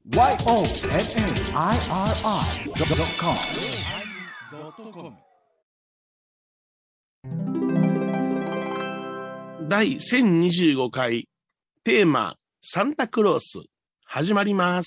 YONNIRI.com 第1025回テーマサンタクロース始まります。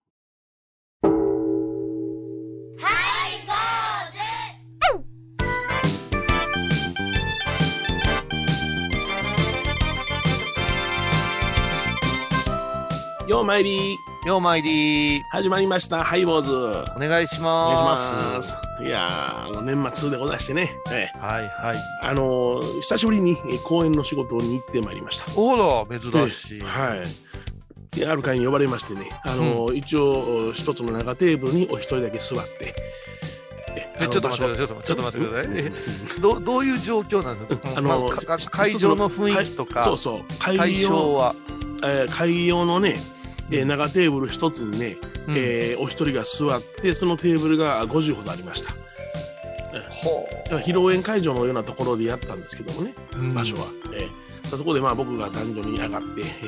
ようまいりようまいり始まりましたハイボーズお願いします。 いやー年末でございましてね、 はいはい。 久しぶりに公演の仕事に行ってまいりました。 おら珍しい。 はい。ある会に呼ばれましてね、一応一つの長テーブルにお一人だけ座ってちょっと待ってください。どういう状況なんですか？会場の雰囲気とか。 そうそう。 会場は会場のね、長テーブル一つにね、お一人が座ってそのテーブルが50ほどありました。披露宴会場のようなところでやったんですけどもね、場所は。そこでまあ僕が壇上に上がって、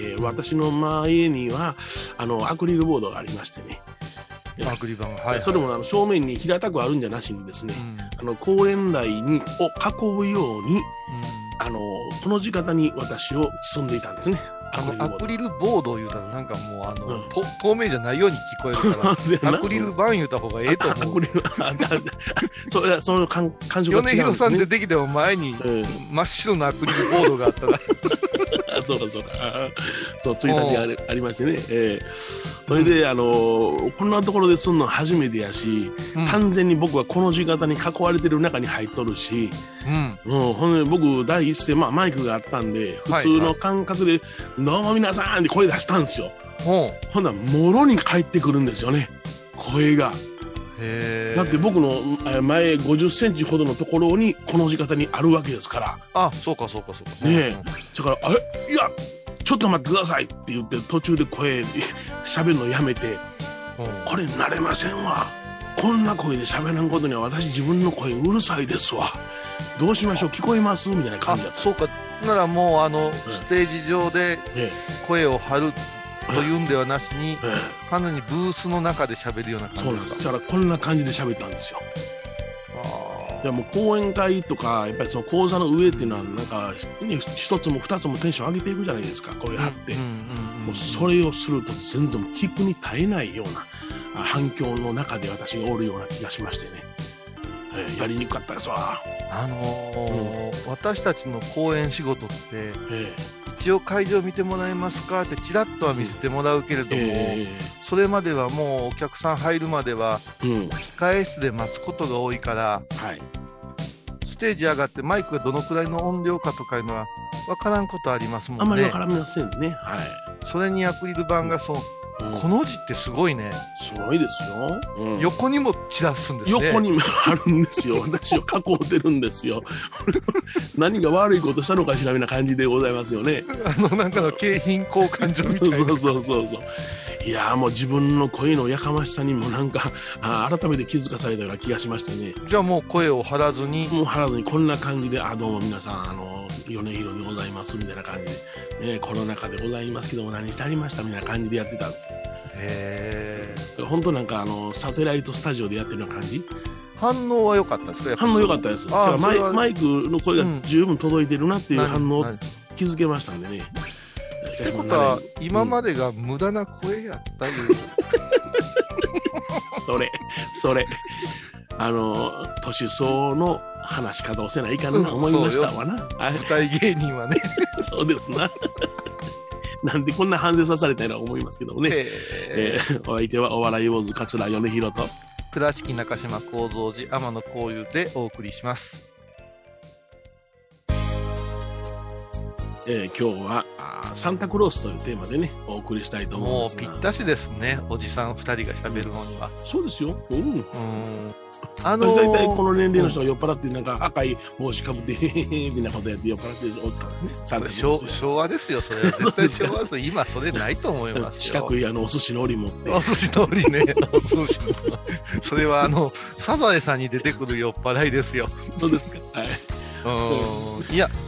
私の前にはアクリルボードがありましてね。 アクリル板が、はい、 それも正面に平たくあるんじゃなしにですね、公演台を囲うように、この字型に私を包んでいたんですね。 アクリルボードを言うたらなんかもう透明じゃないように聞こえるからアクリル板言うた方がええと思う。アクリルその感触が違うんですね。 米広さん出てきても前に真っ白なアクリルボードがあったらそうついた字がありましてね、それでこんなところですんの初めてやし、完全に僕はこの字型に囲われてる中に入っとるし、ほんで僕第一声、マイクがあったんで普通の感覚で、どうも皆さんって声出したんですよ。ほんならもろに返ってくるんですよね、声が。だって僕の前50センチほどのところにこの字型にあるわけですから。 あ、そうかねえ、だからいやちょっと待ってくださいって言って途中で声喋るのやめて、これ慣れませんわ、こんな声で喋らんことには私自分の声うるさいですわ、どうしましょう、聞こえますみたいな感じだった。 そうか、ならもうステージ上で声を張るというんではなしに、かなりブースの中で喋るような感じですか？そうなんです。 だからこんな感じで喋ったんですよ。いやもう講演会とかやっぱりその講座の上っていうのはなんか一つも二つもテンション上げていくじゃないですか、こういう張って、もうそれをすると全然聞くに耐えないような反響の中で私がおるような気がしましてね、やりにくかったですわ。 私たちの講演仕事って、一応会場見てもらえますかってチラッとは見せてもらうけれども、それまではもうお客さん入るまでは控え室で待つことが多いから、ステージ上がってマイクがどのくらいの音量かとかいうのは分からんことありますもんね。 あんまり分からみませんね。 それにアクリル板がこの字ってすごいね。 すごいですよ。 横にも散らすんですね。 横にもあるんですよ。私を囲ってるんですよ。何が悪いことしたのかしらみたいな感じでございますよね。 なんかの景品交換所みたいな。 そう。いやもう自分の声のやかましさにもなんか改めて気づかされたような気がしましてね。 じゃあもう声を張らずにこんな感じで、どうも皆さん米広でございますみたいな感じで、コロナ禍でございますけども何してありましたみたいな感じでやってたんですよ。本当なんかサテライトスタジオでやってるような感じ。 反応は良かったですか？ 反応良かったです。マイクの声が十分届いてるなっていう反応を気づけましたんでね。 ってことは今までが無駄な声やったいうそれ年相の話し方をせないかな思いましたわな。 舞台芸人はねそうですな。なんでこんな反省さされたような思いますけどもね。お相手はお笑い坊主桂米広と倉敷中島幸三寺天野幸雄でお送りします。 今日はサンタクロースというテーマでねお送りしたいと思いますが、 もうぴったしですね、おじさん2人が喋るのには。 そうですよ。大体この年齢の人が酔っ払ってなんか赤い帽子かぶってみたいなことやって酔っ払っておったんですね。 昭和ですよ、それは絶対昭和ですよ。今それないと思いますよ。 四角いお寿司の折持ってお寿司の折ねお寿司のそれはサザエさんに出てくる酔っ払いですよ。 そうですか。 いや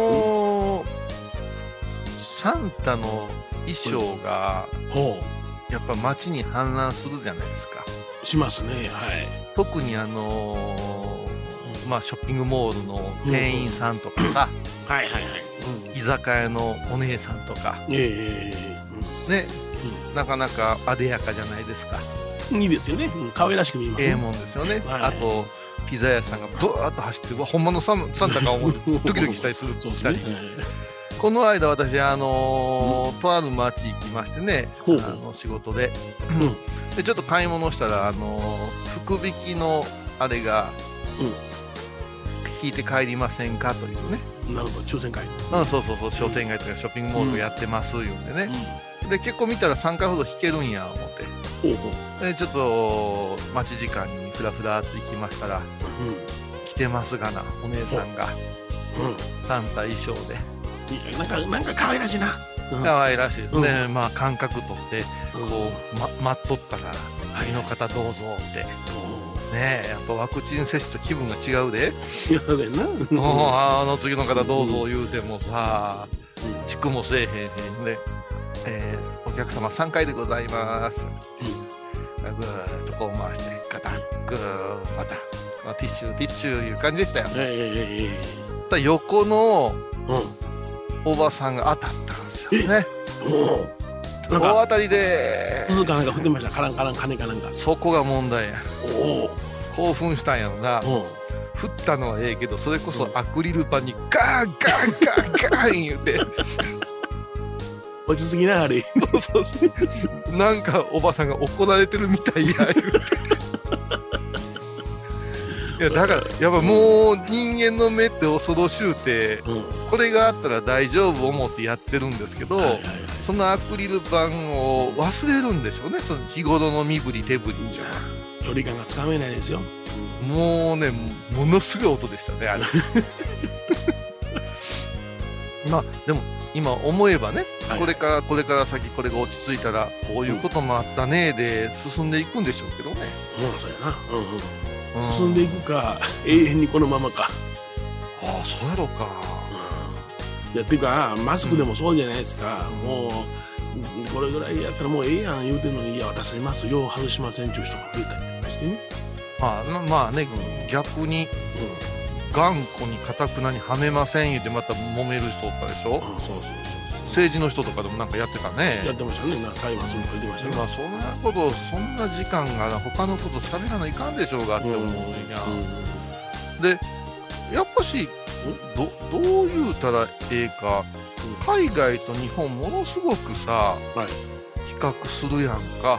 サンタの衣装がやっぱ街に氾濫するじゃないですか。 しますね。はい。 特にショッピングモールの店員さんとかさ、 はいはいはい。 居酒屋のお姉さんとか、ね、なかなかあでやかじゃないですか。 いいですよね。可愛らしく見えますね。 もんですよね。あとピザ屋さんがブワーッと走ってほんまのサンタか思うドキドキしたりするしたり。この間私とある町行きましてね、仕事で、でちょっと買い物したら福引きのあれが、引いて帰りませんかというね。 なるほど、抽選会。 そう商店街とかショッピングモールやってます言うんでね、で結構見たら3回ほど引けるんや思って、でちょっと待ち時間にフラフラっと行きましたら、来てますがなお姉さんが、サンタ衣装で。 なんか可愛らしいな。 可愛らしいですね。間隔取ってこう待っとったから次の方どうぞってね。やっぱワクチン接種と気分が違うで。 やべえな。 次の方どうぞ言うてもさ、チクもせえへんで、お客様3回でございます。ぐーっとこう回してガタッグーまたティッシュいう感じでしたよ。横のおばさんが当たったんですよね。大当たりで鈴かなんか振ってました。カランカラン金かなんか。 そこが問題や。興奮したんやろな。振ったのはええけど、それこそアクリル板にガーガーガーガー言うて落ち着きなあれ。 なんかおばさんが怒られてるみたいや言うていやだからやっぱもう人間の目って恐ろしゅうて、これがあったら大丈夫思ってやってるんですけど、そのアクリル板を忘れるんでしょうね。その日頃の身振り手振りじゃ距離感がつかめないですよ。 もうねものすごい音でしたねあれでも今思えばね、これから先これが落ち着いたらこういうこともあったねで進んでいくんでしょうけどね。 そうやな。進んでいくか永遠にこのままか。 そうやろうか。 いやっていうかマスクでもそうじゃないですか。もうこれぐらいやったらもうええやん言うてんのに、いや私いますよ外しませんっていう人が増えたりしてね。 逆に頑固にかたくなにはめません言うてまた揉める人おったでしょ。政治の人とかでもなんかやってたね。 やってましたね。裁判するとか言ってましたね。 そんな時間が他のこと喋らないかんでしょうがって思うんや。でやっぱしどう言うたらええか、海外と日本ものすごくさ、比較するやんか。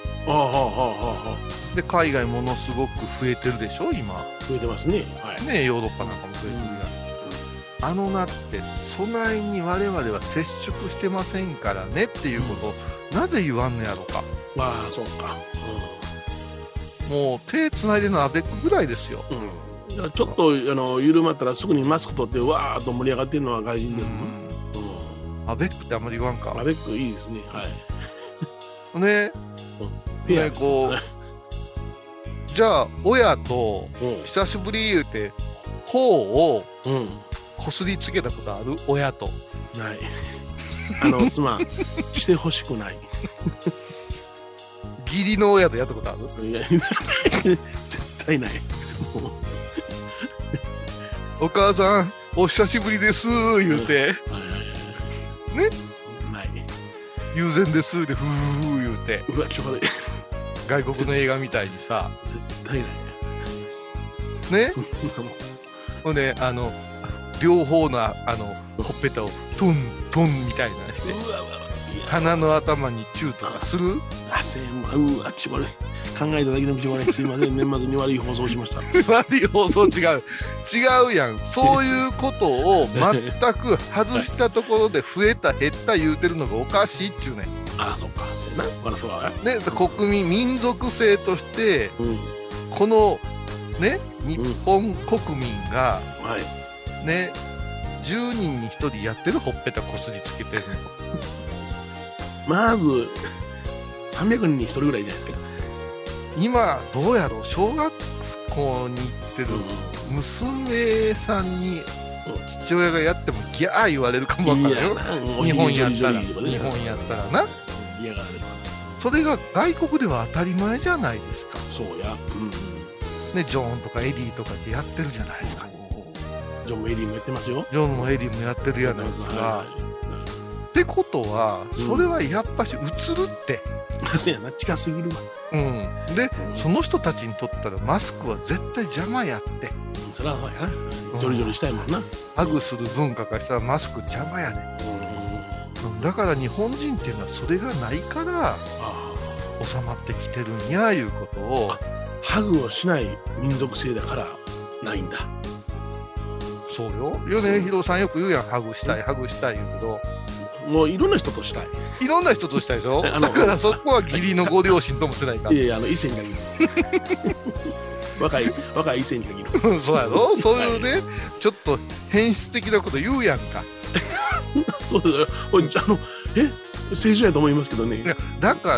で海外ものすごく増えてるでしょ今。 増えてますね。 ねヨーロッパなんかも増えてるやん。なって備えに我々は接触してませんからねっていうことを、なぜ言わんのやろか。 そうか。 もう手つないでのアベックぐらいですよ。 ちょっと緩まったらすぐにマスク取ってわーっと盛り上がってるのは外人ですもん。 アベックってあんまり言わんか。 アベックいいですね。 ねこうじゃあ親と久しぶり言うて頬をこすりつけたことある？親と。 ない。すまんしてほしくない。 義理の親とやったことある？ いや絶対ない。 お母さんお久しぶりです言うて、ね、 ない友禅ですでふー言うて、 うわちょっと外国の映画みたいにさ、 絶対ないね。ほんで両方のほっぺたをトントンみたいなして、鼻の頭にチューとかする？ うわ気色悪い。考えただけでも気色悪い。すいません、年末に悪い放送をしました。 悪い放送違うやん。そういうことを全く外したところで増えた減った言うてるのがおかしいっちゅうねん。 そうか、そうやな。そうやね、国民民族性として、このね日本国民が、ね10人に1人やってるほっぺたこすりつけてるの。まず300人に1人ぐらいじゃないですか。 今どうやろう、小学校に行ってる娘さんに父親がやってもギャー言われるかもわからないよ。日本やったらな。 嫌がられる。 それが外国では当たり前じゃないですか。 そうや、 ね、ジョーンとかエディとかってやってるじゃないですか。 ジョンもエディもやってますよ。 ジョンもエディもやってるじゃないですか。ってことは、それはやっぱし映るって。 そうやな、近すぎるわ。 で、その人たちにとったらマスクは絶対邪魔やって。 そりゃそうやな。ジョリジョリしたいもんな。 ハグする文化からしたらマスク邪魔やで。だから日本人っていうのはそれがないから収まってきてるんやいうことを。 ハグをしない民族性だからないんだ。 そうよ。米広さんよく言うやん、ハグしたいハグしたい言うけど、 もういろんな人としたい。 いろんな人としたいでしょ。だからそこは義理のご両親ともせないか。 いや異性に限る。若い異性に限る。 そうやろ。そういうね、ちょっと変質的なこと言うやんか。 そうだよ。正常やと思いますけどね。いやだから、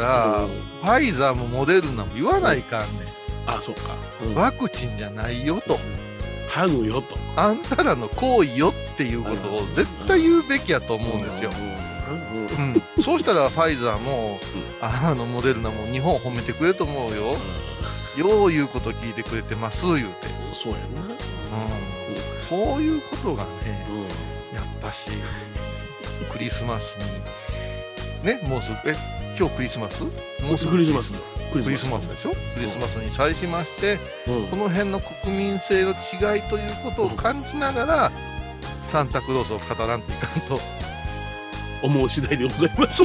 ファイザーもモデルナも言わないかんねん。 あ、そうか。 ワクチンじゃないよと。 ハグよと。 あんたらの行為よっていうことを絶対言うべきやと思うんですよ。そうしたらファイザーも、モデルナも日本褒めてくれると思うよ。よう言うこと聞いてくれてます言うて。 そうやな。 そういうことがね、やっぱしクリスマスにね、もうすぐ今日クリスマス？もうすぐクリスマス。 クリスマスでしょ。クリスマスに際しまして、この辺の国民性の違いということを感じながらサンタクロースを語らんといかんと思う次第でございます。 そう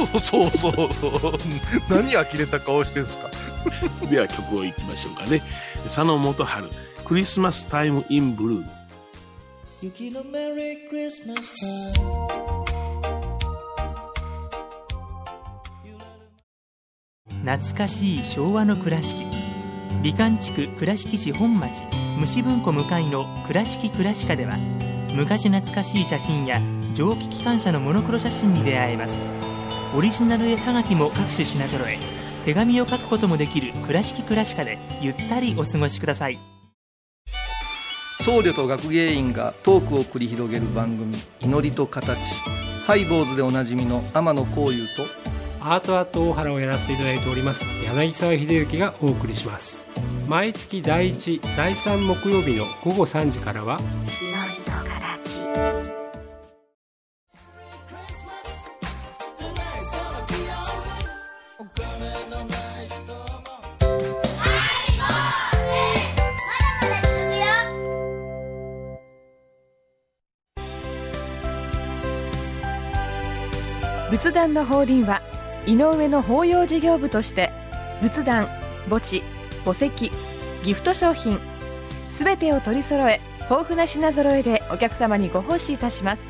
何呆れた顔してんすか。 では曲をいきましょうかね。佐野元春、クリスマスタイムインブルー。雪のメリークリスマスタイム。 懐かしい昭和の倉敷、美観地区倉敷市本町虫文庫向かいの倉敷倉歯科では、昔懐かしい写真や蒸気機関車のモノクロ写真に出会えます。オリジナル絵はがきも各種品揃え、手紙を書くこともできる倉敷倉歯科でゆったりお過ごしください。 僧侶と学芸員がトークを繰り広げる番組、祈りと形。ハイボーズでおなじみの天野幸雄とアート大原をやらせていただいております柳沢秀幸がお送りします。毎月第1、第3木曜日の午後3時からは祈りと形。 仏壇の法輪は井上の法要事業部として仏壇、墓地、墓石、ギフト商品すべてを取り揃え、豊富な品揃えでお客様にご奉仕いたします。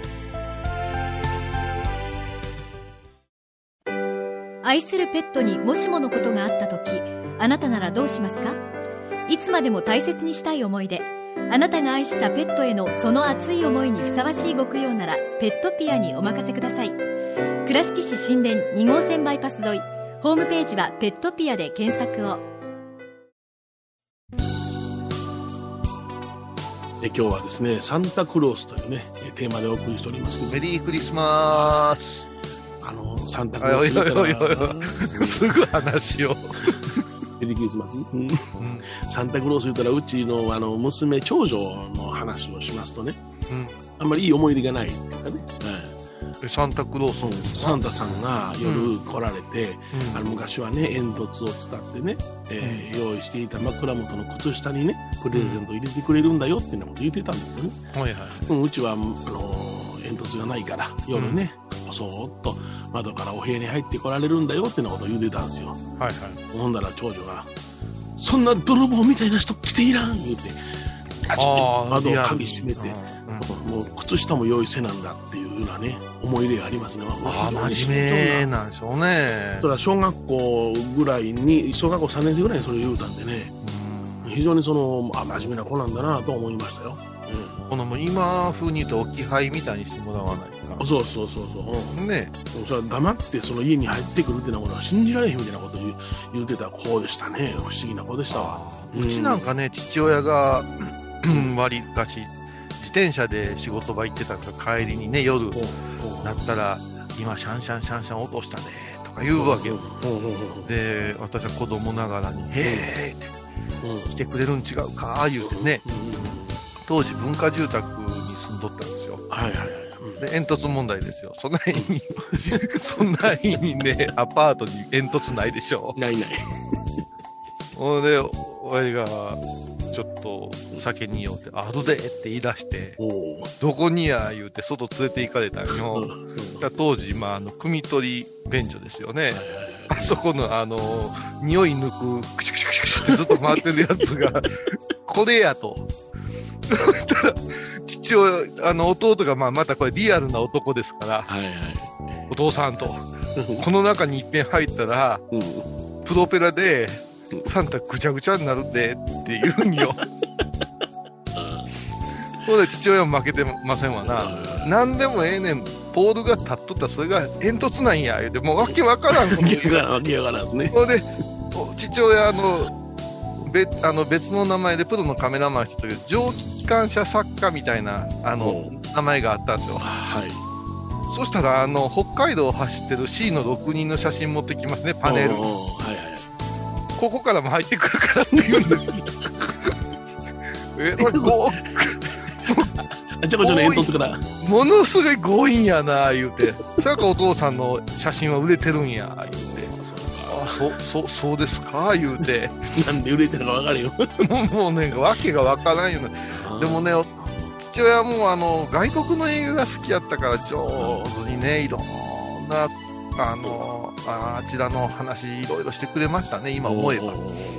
愛するペットにもしものことがあったとき、あなたならどうしますか？いつまでも大切にしたい思い出、あなたが愛したペットへのその熱い思いにふさわしいご供養ならペットピアにお任せください。倉敷市新田2号線バイパス沿い、ホームページはペットピアで検索を。 今日はですね、サンタクロースというねテーマでお送りしておりますけど、 メリークリスマス。 サンタクロース言ったらすぐ話をメリークリスマス、サンタクロース言ったらうちの娘長女の話をしますとね、あんまりいい思い出がないっていうかね、 サンタクロース、 サンタさんが夜来られて、昔はね煙突を伝ってね、用意していた枕元の靴下にねプレゼント入れてくれるんだよっていうようなこと言ってたんですよね。うちは煙突がないから夜ね、そーっと窓からお部屋に入ってこられるんだよっていうようなことを言ってたんですよ。ほんだら長女がそんな泥棒みたいな人来ていらん言うてガチッ窓を鍵閉めて、もう靴下も用意せなんだっていうようなね思い出がありますね。 真面目なんでしょうね。 それは小学校ぐらいに、小学校3年生ぐらいにそれを言うたんでね、非常に真面目な子なんだなと思いましたよ。 このもう今風に言うと置き配みたいにしてもらわないか。 そうね。それは黙ってその家に入ってくるっていうのは信じられへんみたいなことを言ってた子でしたね。不思議な子でしたわ。 うちなんかね、父親がわりかし自転車で仕事場行ってたから帰りにね、夜なったら今シャンシャンシャンシャン落としたねととか言うわけよ。で、私は子供ながらに、へーって、来てくれるん違うか言うてね、当時文化住宅に住んどったんですよ。で、煙突問題ですよ。そんな日にね、アパートに煙突ないでしょ。 ない。 ほんで、俺が、ちょっと酒に酔って、あるでって言い出して、どこにや言うて外連れて行かれたんよ。当時、汲み取り便所ですよね。あそこの匂い抜く、クシュクシュクシュクシュってずっと回ってるやつが、これやと。そしたら、父親、弟が、またこれリアルな男ですから、お父さんと、この中に一遍入ったら、プロペラで、サンタぐちゃぐちゃになるでって言うんよ。そうで父親も負けてませんわな。なんでもええねん、ポールが立っとったらそれが煙突なんや言うて、もうわけわからんの。 わけわからんですね。 それで父親別の名前でプロのカメラマンしてたけど、蒸気機関車作家みたいな名前があったんですよ。そしたら北海道を走ってる C の6人の写真持ってきますね、パネル。ここからも入ってくるからって言うんです。 あちょこちょこ煙突からものすごい強引やな言うて、それからお父さんの写真は売れてるんや言うて、そうですか言うて、 なんで売れてるか分かるよ。 もうね、わけが分からんよね。でもね、父親も外国の映画が好きやったから上手にね、いろんなあちらの話いろいろしてくれましたね、今思えば。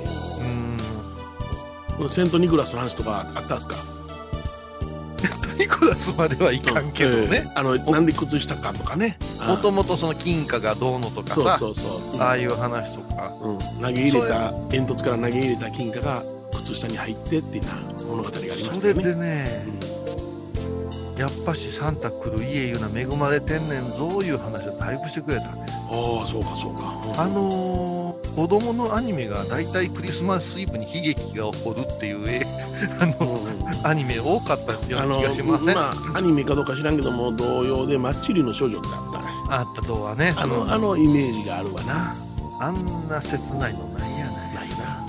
セントニクラスの話とかあったんですか？ セントニクラスまではいかんけどね。 なんで靴下かとかね。 もともとその金貨がどうのとかさ、ああいう話とか。 投げ入れた、煙突から投げ入れた金貨が靴下に入ってっていう物語がありましたね。 それでね、やっぱしサンタ来る家いうのは恵まれてんねんぞいう話をだいぶしてくれたね。 そうか。 子供のアニメがだいたいクリスマスイブに悲劇が起こるっていうアニメ多かったような気がしません？ アニメかどうか知らんけども、同様でマッチリの少女ってあったとはね。 イメージがあるわな。 あんな切ないのないやないですか。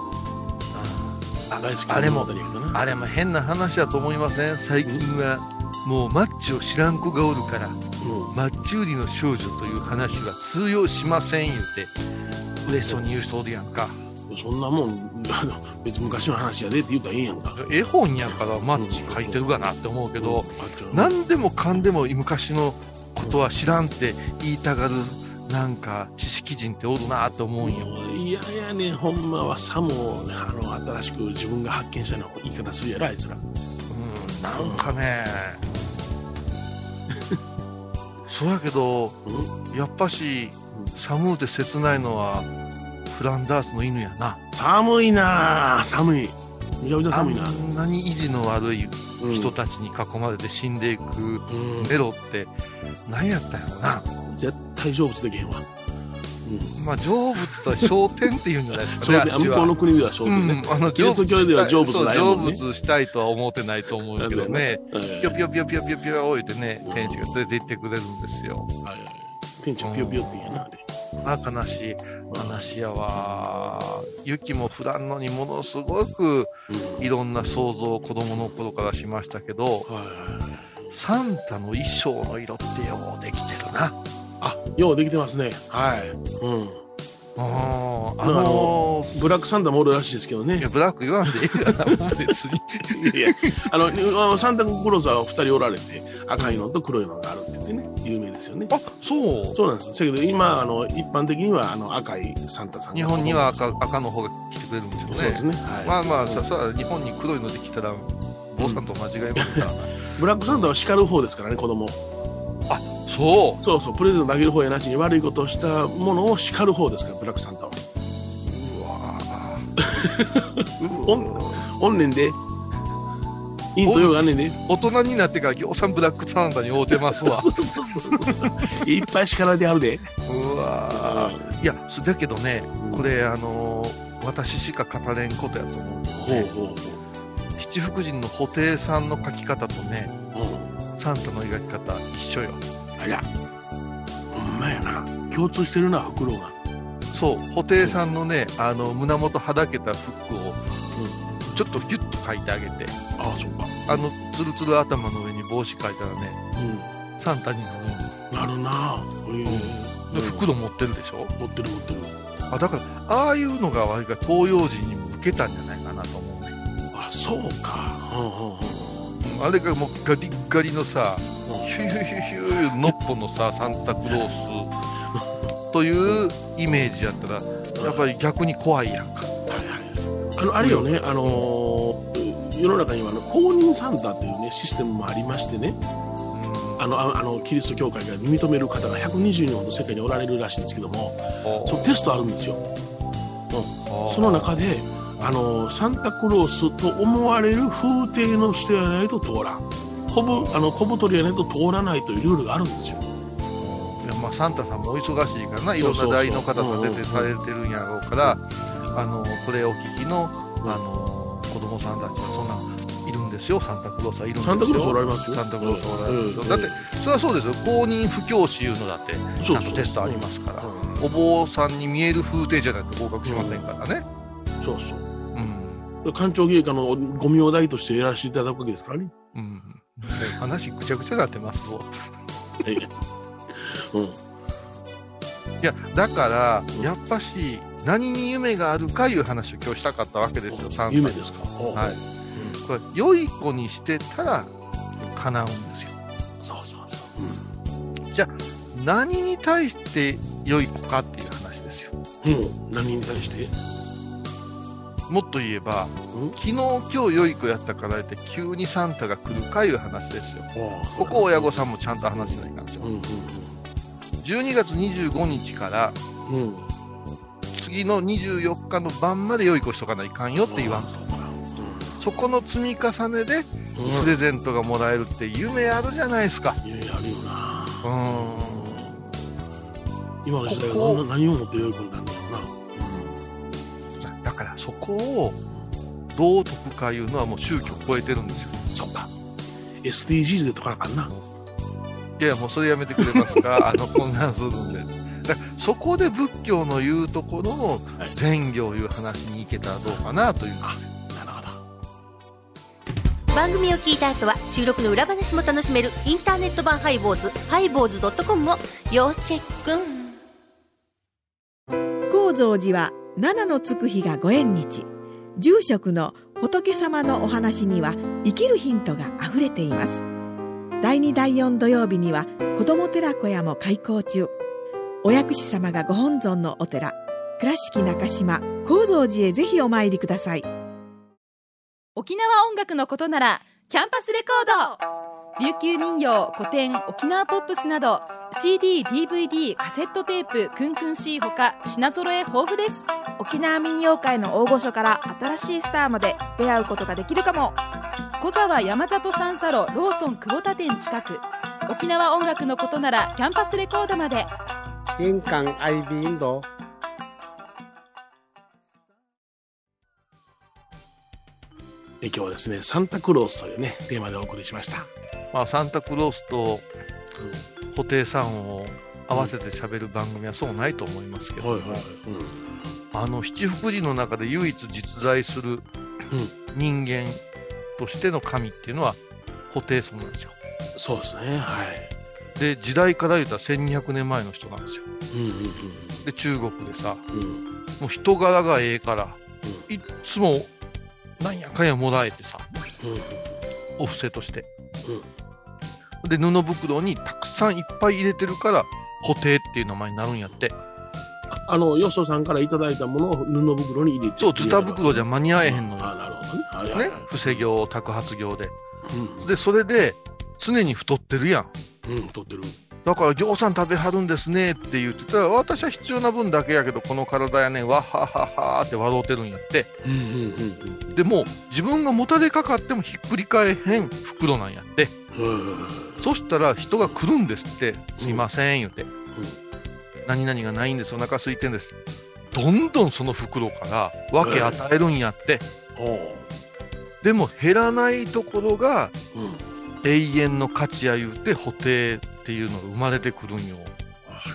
あれも変な話だと思いません？最近はもうマッチを知らん子がおるから、マッチ売りの少女という話は通用しません言うて嬉しそうに言う人おるやんか。 そんなもん別に昔の話やでって言ったらいいやんか。 絵本やからマッチ書いてるかなって思うけど、何でもかんでも昔のことは知らんって言いたがるなんか知識人っておるなって思うんよ。 いやね、ほんまはさも新しく自分が発見したの言い方するやろあいつら。 なんかねそうやけど、やっぱし寒うて切ないのはフランダースの犬やな。 寒いな、寒い。めちゃめちゃ寒いな。 あんなに意地の悪い人たちに囲まれて死んでいくネロって何やったんやろな。 絶対成仏できへんわ。 まあ成仏とは昇天って言うんじゃないですかね。 向こうの国では昇天ね。キリスト教では成仏ないもんね。 成仏したいとは思ってないと思うけどね。ぴよぴよぴよぴよぴよぴよ置いてね、天使が連れて行ってくれるんですよ。 天使ぴよぴよって言うやな、あれ。 悲しい話やわ。雪も降らんのにものすごくいろんな想像を子供の頃からしましたけど、サンタの衣装の色ってようできてるな。 ようできてますね。ブラックサンタもおるらしいですけどね。 いや、ブラック言わんでええがな、別に。 いや、サンタクロースは2人おられて、赤いのと黒いのがあるって言ってね、有名ですよね。 そうなんですよ。だけど今、一般的には赤いサンタさんが。 日本には赤の方が来てくれるんですよね。 そうですね。 まあ、日本に黒いので来たら、坊さんと間違えますから。 ブラックサンタは叱る方ですからね、子供。そうプレゼントあげる方やなしに悪いことをしたものを叱る方ですから、ブラックサンタは。おんねんで。いいとよがあんねんで。 大人になってからぎょうさんブラックサンタに会うてますわ。 いっぱい叱られてあるで。 いや、だけどね、これ私しか語れんことやと思う。七福神の布袋さんの描き方とね、サンタの描き方一緒よ。 あら、 んまやな。共通してるな、袋が。 そう、布袋さんのね、胸元はだけた服を、ちょっとギュッと描いてあげて、 ああ、そうか。 ツルツル頭の上に帽子描いたらね、サンタになる。 なるな。 で袋持ってるでしょ。 持ってる。 だからああいうのが割と東洋人にも受けたんじゃないかなと思うね。 あ、そうか。 あれがもうガリッガリのさ、ヒュヒュヒュヒュのっぽのさ、サンタクロースというイメージやったら、やっぱり逆に怖いやんか。 あれよね、世の中には公認サンタっていうねシステムもありましてね、キリスト教会が認める方が120人ほど世界におられるらしいんですけども、そのテストあるんですよ。その中でサンタクロースと思われる風景の人やないと通らん、小太りやないと通らないというルールがあるんですよ。 いや、まあ、サンタさんもお忙しいからな、いろんな代の方が出てされてるんやろうから、これお聞きの、子供さんたちはそんないるんですよ、サンタクロースはいるんですよ。 サンタクロースおられますよ。 サンタクロースおられますよ。だってそれはそうですよ、公認不教師いうのだってちゃんとテストありますから、お坊さんに見える風景じゃないと合格しませんからね。 そうそう、官庁芸家のご名代としてやらせていただくわけですからね。 話ぐちゃぐちゃになってますぞ。いや、だからやっぱし何に夢があるかいう話を今日したかったわけですよ。サンタ夢ですか。 はい。これ良い子にしてたら叶うんですよ。 そう。 じゃあ何に対して良い子かっていう話ですよ。 何に対して？ もっと言えば、昨日今日良い子やったからって急にサンタが来るかいう話ですよ。ここ親御さんもちゃんと話しないかんですよ。12月25日から、次の24日の晩まで良い子しとかないかんよって言わんと。そこの積み重ねでプレゼントがもらえるって夢あるじゃないですか。 夢あるよな。今の時代は何をもって良い子になるんだろうな。 だからそこをどう解くかいうのはもう宗教を超えてるんですよ。 そうか。SDGs で解かなあかんな。 いや、もうそれやめてくれますか。混乱するんで。だからそこで仏教の言うところの善行いう話に行けたらどうかなというんですよ。 なるほど。 番組を聞いた後は収録の裏話も楽しめるインターネット版ハイボーズ、ハイボーズ.com を要チェック。 高蔵寺は七のつく日がご縁日。住職の仏様のお話には生きるヒントがあふれています。第2第4土曜日には子ども寺小屋も開校中。お薬師様がご本尊のお寺、倉敷中島・高蔵寺へぜひお参りください。 沖縄音楽のことならキャンパスレコード。琉球民謡、古典、沖縄ポップスなど CD、DVD、カセットテープ、クンクン C ほか品揃え豊富です。 沖縄民謡界の大御所から新しいスターまで出会うことができるかも。 小沢山里三佐路ローソン久保田店近く。沖縄音楽のことならキャンパスレコードまで。 印港 IB インド。 今日はですね、サンタクロースというねテーマでお送りしました。 まあ、サンタクロースと布袋さんを合わせて喋る番組はそうないと思いますけども、七福神の中で唯一実在する人間としての神っていうのは布袋さんなんですよ。 そうですね。はい。 で、時代から言うたら1200年前の人なんですよ。で、中国でさ、もう人柄がええから、いっつもなんやかんやもらえてさ、お布施として、で布袋にたくさんいっぱい入れてるから布袋っていう名前になるんやって。 よそさんからいただいたものを布袋に入れて、 そう、ズタ袋じゃ間に合えへんのよ。 なるほどね。布施業、托発業で、でそれで常に太ってるやん。 太ってる。 だからぎょうさん食べはるんですねって言ってたら、私は必要な分だけやけどこの体やねん、わっはっはっはって笑うてるんやって。でも自分がもたれかかってもひっくり返へん袋なんやって。そしたら人が来るんですって、すいません言うて、何々がないんです、お腹空いてんです。どんどんその袋から分け与えるんやって。でも減らないところが永遠の価値や言うて布袋っていうのが生まれてくるんよ。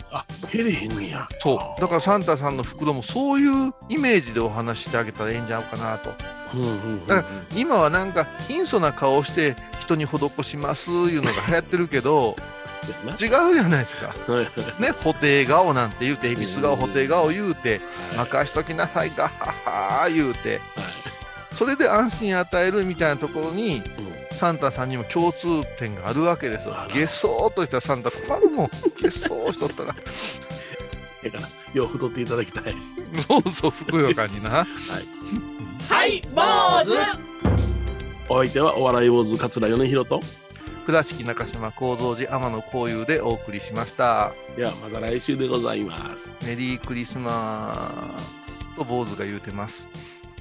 あ、減れへんねや。 そうだからサンタさんの袋もそういうイメージでお話してあげたらいいんじゃないかなと。だから今はなんか貧相な顔して人に施しますいうのが流行ってるけど違うじゃないですかね、布袋顔なんて言うて、恵比寿顔布袋顔言うて、任しときなさいガッハッハ言うて、それで安心与えるみたいなところに、サンタさんにも共通点があるわけですよ。げそーっとしたサンタ困るもん、げそーしとったらだからよう太っていただきたい。 そうそう、ふくよかになはい坊主。 お相手はお笑い坊主桂米宏と倉敷中島幸三寺天野幸雄でお送りしました。 ではまた来週でございます。 メリークリスマスと坊主が言うてます。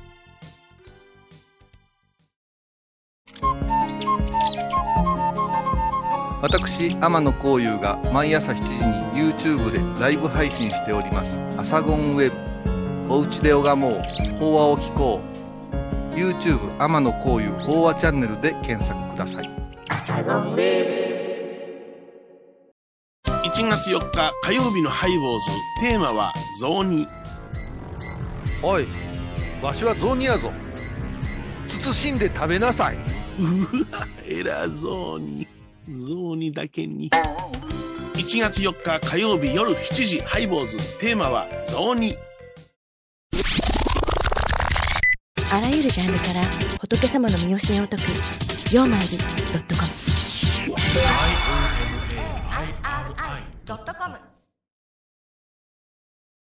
私天野幸雄が毎朝7時に YouTube でライブ配信しておりますアサゴンウェブ。おうちで拝もう法話を聞こう。 YouTube 天野幸雄法話チャンネルで検索ください。 1月4日火曜日のハイボーズ、テーマは雑煮。 おい、わしは雑煮やぞ。慎んで食べなさい。 うわ、偉そうに雑煮だけに。1月4日火曜日夜7時、ハイボーズ、テーマは雑煮。 あらゆるジャンルから仏様の身教えを解く曜マイル.com。